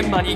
現場に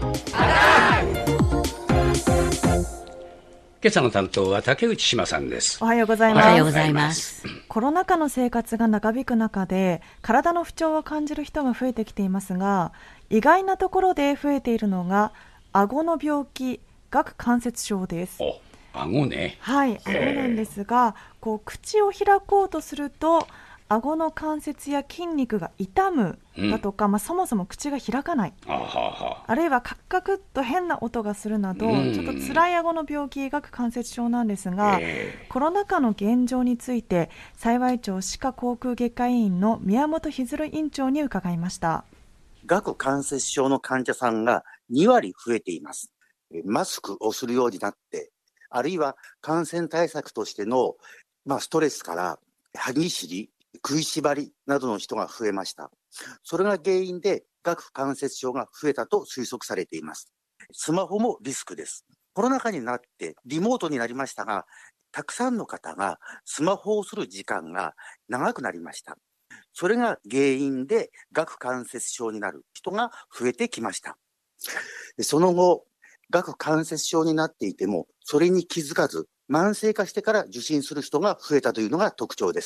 今朝の担当は竹内志麻さんです。 おはようございます。 おはようございます。 コロナ禍の生活が長引く中で体の不調を感じる人が増えてきていますが、意外なところで増えているのが顎の病気、顎関節症です。 顎ね。 はい、顎なんですが、口を開こうとすると顎の関節や筋肉が痛むだとか、そもそも口が開かない、あるいはカクカクっと変な音がするなど、ちょっと辛い顎の病気、顎関節症なんですが、コロナ禍の現状について幸町歯科口腔外科医院の宮本ひずる院長に伺いました。 顎関節症の患者さんが2割増えています。マスクをするようになって、あるいは感染対策としての、ストレスから歯ぎしり、食いしばりなどの人が増えました。それが原因で顎関節症が増えたと推測されています。スマホもリスクです。コロナ禍になってリモートになりましたが、たくさんの方がスマホをする時間が長くなりました。それが原因で顎関節症になる人が増えてきました。その後、顎関節症になっていても、それに気づかず慢性化してから受診する人が増えたというのが特徴です。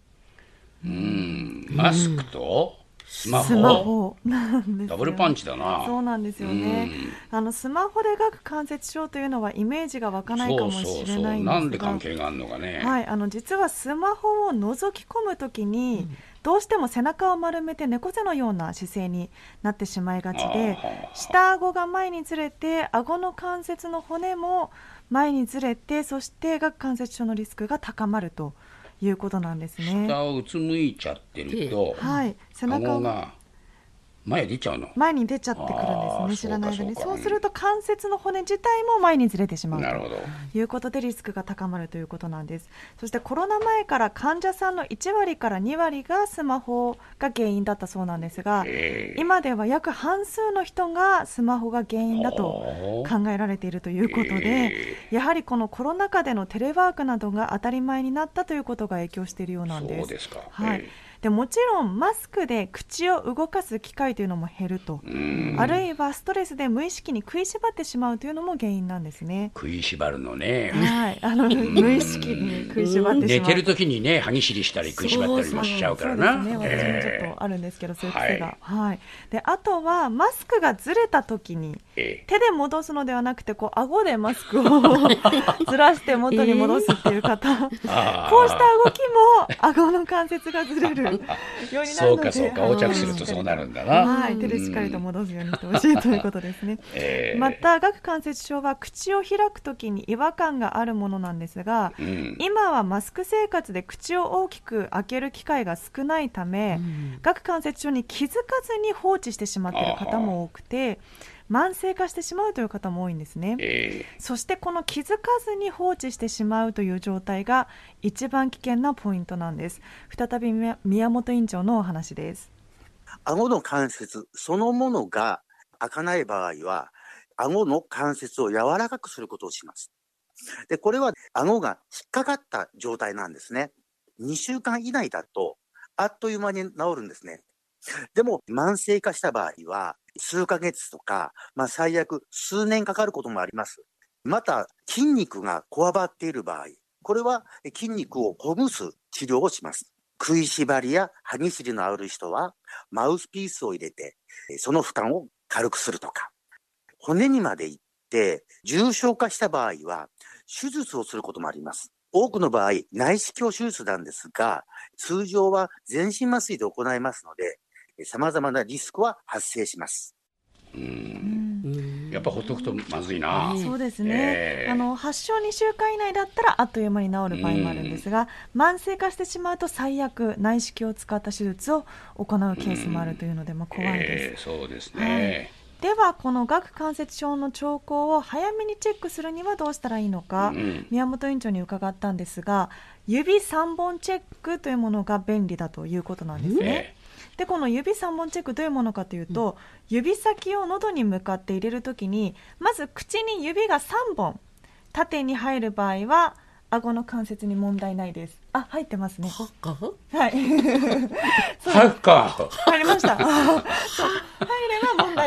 マスクとスマホなんですよ。 ダブルパンチだな。 そうなんですよね。スマホで顎関節症というのはイメージが湧かないかもしれないんですが、 なんで関係があるのかね。 はい、実はスマホを覗き込むときに、どうしても背中を丸めて猫背のような姿勢になってしまいがちで、下顎が前にずれて顎の関節の骨も前にずれて、そして顎関節症のリスクが高まるということなんですね。 下をうつむいちゃってると、背中が前に出ちゃうの。 前に出ちゃってくるんですね、知らない間に。そうすると関節の骨自体も前にずれてしまうということでリスクが高まるということなんです。そしてコロナ前から患者さんの1割から2割がスマホが原因だったそうなんですが、今では約半数の人がスマホが原因だと考えられているということで、やはりこのコロナ禍でのテレワークなどが当たり前になったということが影響しているようなんです。 そうですか。 でもちろんマスクで口を動かす機会というのも減ると、あるいはストレスで無意識に食いしばってしまうというのも原因なんですね。 食いしばるのね。 無意識に食いしばってしまう。 寝てる時にね、歯ぎしりしたり食いしばったりもしちゃうからな。 そうですね、私もちょっとあるんですけど、そういう癖が。で、あとはマスクがずれた時に手で戻すのではなくて、顎でマスクをずらして元に戻すっていう方、こうした動きも顎の関節がずれるようになるので、 そうか横着するとそうなるんだな。 手でしっかりと戻すようにしてほしいということですね。また顎関節症は口を開くときに違和感があるものなんですが、今はマスク生活で口を大きく開ける機会が少ないため、顎関節症に気づかずに放置してしまっている方も多くて、慢性化してしまうという方も多いんですね。そしてこの気づかずに放置してしまうという状態が一番危険なポイントなんです。再び宮本院長のお話です。 顎の関節そのものが開かない場合は、顎の関節を柔らかくすることをします。で、これは顎が引っかかった状態なんですね。2週間以内だとあっという間に治るんですね。でも慢性化した場合は数ヶ月とか、最悪数年かかることもあります。また筋肉がこわばっている場合、これは筋肉をほぐす治療をします。食いしばりや歯ぎしりのある人はマウスピースを入れてその負担を軽くするとか、骨にまで行って重症化した場合は手術をすることもあります。多くの場合内視鏡手術なんですが、通常は全身麻酔で行いますので、様々なリスクは発生します。 やっぱほっとくとまずいな。 そうですね、発症2週間以内だったらあっという間に治る場合もあるんですが、慢性化してしまうと最悪内視鏡を使った手術を行うケースもあるというので、怖いです。 そうですね。 ではこの顎関節症の兆候を早めにチェックするにはどうしたらいいのか、宮本院長に伺ったんですが、指3本チェックというものが便利だということなんですね。でこの指3本チェックどういうものかというと、指先を喉に向かって入れるときにまず口に指が3本縦に入る場合は顎の関節に問題ないです。入ってますね。入りました。入れば問題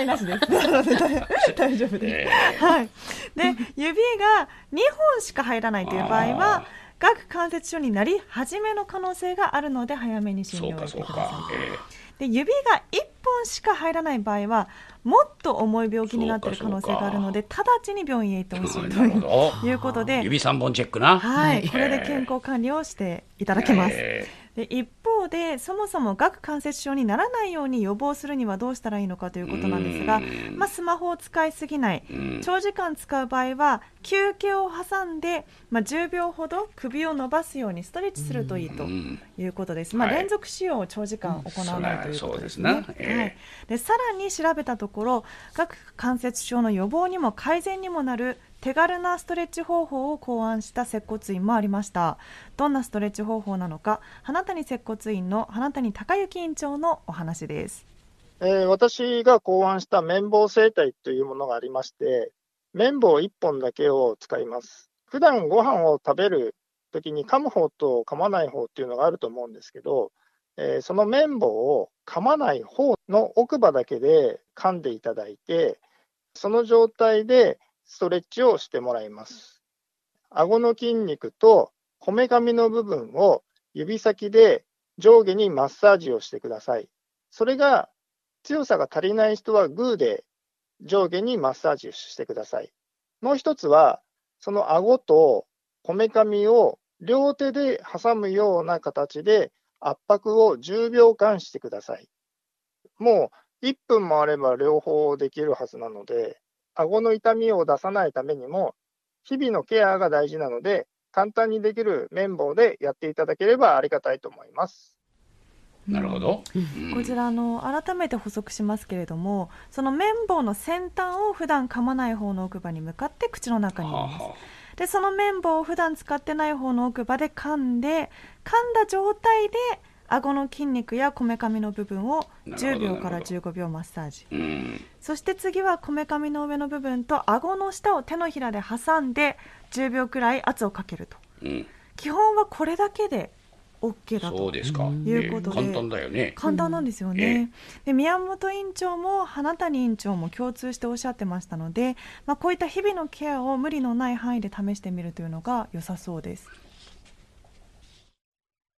いなしです大丈夫です、はい、で指が2本しか入らないという場合は顎関節症になり始めの可能性があるので早めに診療をしてください。で指が1本しか入らない場合はもっと重い病気になっている可能性があるので直ちに病院へ行ってほしいということで指3本チェックな、 はい、これで健康管理をしていただけます。で一方でそもそも顎関節症にならないように予防するにはどうしたらいいのかということなんですが、スマホを使いすぎない、長時間使う場合は休憩を挟んで、10秒ほど首を伸ばすようにストレッチするといいということです。連続使用を長時間行わないということですね。でさらに調べたところ顎関節症の予防にも改善にもなる手軽なストレッチ方法を考案した接骨院もありました。どんなストレッチ方法なのか、花谷接骨院の花谷孝之院長のお話です。 私が考案した綿棒整体というものがありまして、綿棒1本だけを使います。普段ご飯を食べるときに噛む方と噛まない方っていうのがあると思うんですけど、その綿棒を噛まない方の奥歯だけで噛んでいただいて、その状態でストレッチをしてもらいます。顎の筋肉とこめかみの部分を指先で上下にマッサージをしてください。それが強さが足りない人はグーで上下にマッサージをしてください。もう一つはその顎とこめかみを両手で挟むような形で圧迫を10秒間してください。もう1分もあれば両方できるはずなので、顎の痛みを出さないためにも日々のケアが大事なので、簡単にできる綿棒でやっていただければありがたいと思います。 なるほど、 こちら改めて補足しますけれども、その綿棒の先端を普段噛まない方の奥歯に向かって口の中に入れます。でその綿棒を普段使ってない方の奥歯で噛んだ状態で顎の筋肉やこめかみの部分を10秒から15秒マッサージ、そして次はこめかみの上の部分と顎の下を手のひらで挟んで10秒くらい圧をかけると、基本はこれだけで OK だということで、 簡単だよね。 簡単なんですよね。で宮本院長も花谷院長も共通しておっしゃってましたので、こういった日々のケアを無理のない範囲で試してみるというのが良さそうです。